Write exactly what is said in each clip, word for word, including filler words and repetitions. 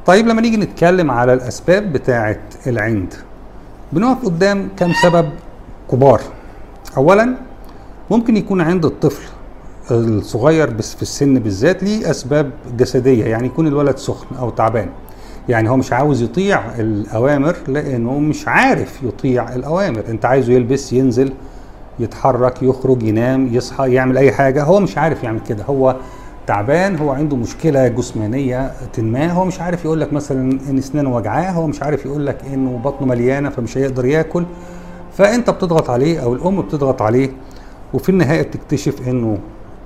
طيب لما نيجي نتكلم على الأسباب بتاعة العند، بنقف قدام كم سبب كبار. أولا ممكن يكون عند الطفل الصغير بس في السن بالذات ليه أسباب جسدية، يعني يكون الولد سخن أو تعبان، يعني هو مش عاوز يطيع الأوامر لأنه مش عارف يطيع الأوامر. أنت عايزه يلبس، ينزل، يتحرك، يخرج، ينام، يصحى، يعمل أي حاجة، هو مش عارف يعمل كده. هو تعبان، هو عنده مشكلة جسمانية ما، هو مش عارف يقول لك مثلا ان اسنانه وجعاه، هو مش عارف يقول لك انه بطنه مليانة فمش هيقدر ياكل، فانت بتضغط عليه او الام بتضغط عليه، وفي النهاية بتكتشف انه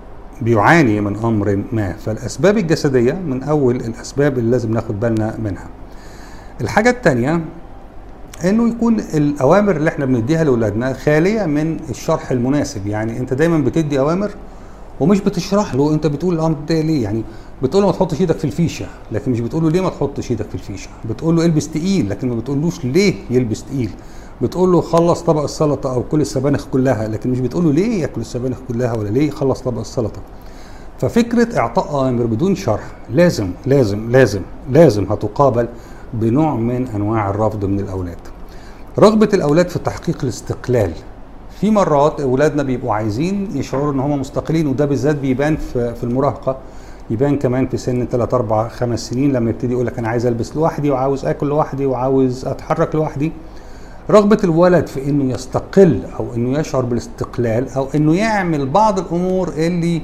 بيعاني من امر ما. فالاسباب الجسدية من اول الاسباب اللي لازم ناخد بالنا منها. الحاجة التانية انه يكون الاوامر اللي احنا بنديها لاولادنا خالية من الشرح المناسب. يعني انت دايما بتدي اوامر ومش بتشرح له انت بتقول الامر ده ليه. يعني بتقول له ما تحطش ايدك في الفيشه، لكن مش بتقول له ليه ما تحطش ايدك في الفيشه. بتقول له البس تقيل، لكن ما بتقولوش ليه يلبس تقيل. بتقول له خلص طبق السلطه او كل السبانخ كلها، لكن مش بتقول له ليه ياكل السبانخ كلها ولا ليه يخلص طبق السلطه. ففكره اعطاء اوامر بدون شرح لازم لازم لازم لازم هتقابل بنوع من انواع الرفض من الاولاد. رغبه الاولاد في تحقيق الاستقلال. في مرات اولادنا بيبقوا عايزين يشعروا ان هم مستقلين، وده بالذات بيبان في في المراهقه، يبان كمان في سن ثلاثة أربعة خمس سنين لما يبتدي يقول لك انا عايز البس لوحدي وعاوز اكل لوحدي وعاوز اتحرك لوحدي. رغبه الولد في انه يستقل او انه يشعر بالاستقلال او انه يعمل بعض الامور اللي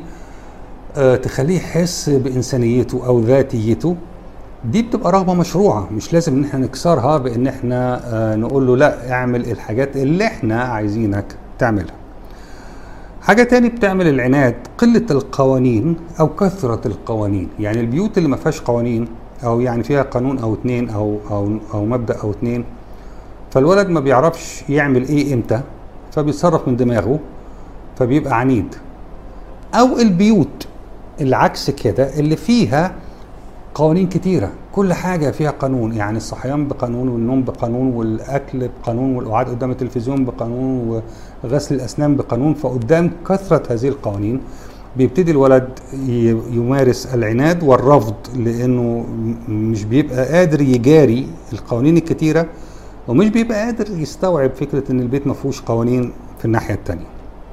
آه تخليه يحس بانسانيته او ذاتيته، دي بتبقى رغبه مشروعه، مش لازم ان احنا نكسرها بان احنا آه نقول له لا اعمل الحاجات اللي احنا عايزينك تعملها. حاجه تاني بتعمل العناد قله القوانين او كثره القوانين. يعني البيوت اللي ما فيهاش قوانين او يعني فيها قانون او اتنين او او او مبدا او اتنين، فالولد ما بيعرفش يعمل ايه امتى، فبيتصرف من دماغه فبيبقى عنيد. او البيوت العكس كده اللي فيها قوانين كتيرة، كل حاجة فيها قانون، يعني الصحيان بقانون والنوم بقانون والاكل بقانون والقعاد قدام التلفزيون بقانون وغسل الاسنان بقانون. فقدام كثرة هذه القوانين بيبتدي الولد يمارس العناد والرفض، لانه مش بيبقى قادر يجاري القوانين الكتيرة، ومش بيبقى قادر يستوعب فكرة ان البيت ما فيهوش قوانين في الناحية التانية.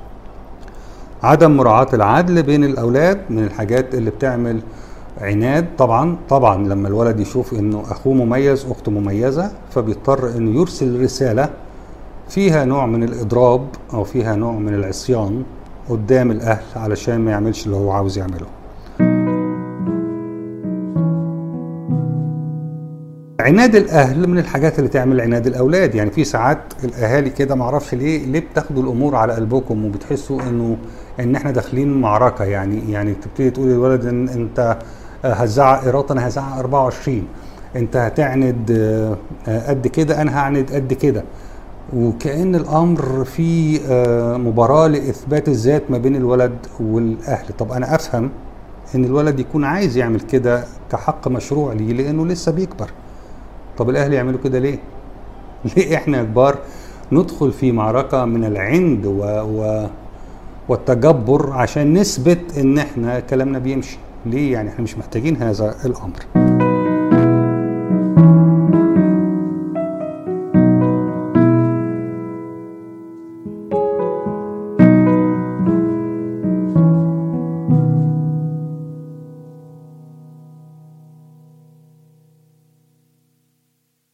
عدم مراعاة العدل بين الاولاد من الحاجات اللي بتعمل عناد. طبعا طبعا لما الولد يشوف انه اخوه مميز اخته مميزة، فبيضطر انه يرسل رسالة فيها نوع من الاضراب او فيها نوع من العصيان قدام الاهل علشان ما يعملش اللي هو عاوز يعمله. عناد الاهل من الحاجات اللي تعمل عناد الاولاد. يعني في ساعات الاهالي كده معرفش ليه ليه بتاخدوا الامور على قلبكم وبتحسوا انه ان احنا داخلين معركه. يعني يعني تبتدي تقول للولد ان انت هتزعق ايراد انا هزعق أربعة وعشرين، انت هتعند قد كده انا هعند قد كده، وكأن الامر في مباراه لاثبات الذات ما بين الولد والاهل. طب انا افهم ان الولد يكون عايز يعمل كده كحق مشروع ليه لانه لسه بيكبر. طب الاهل يعملوا كده ليه؟ ليه احنا كبار ندخل في معركة من العند و... و... والتجبر عشان نثبت ان احنا كلامنا بيمشي؟ ليه؟ يعني احنا مش محتاجين هذا الامر.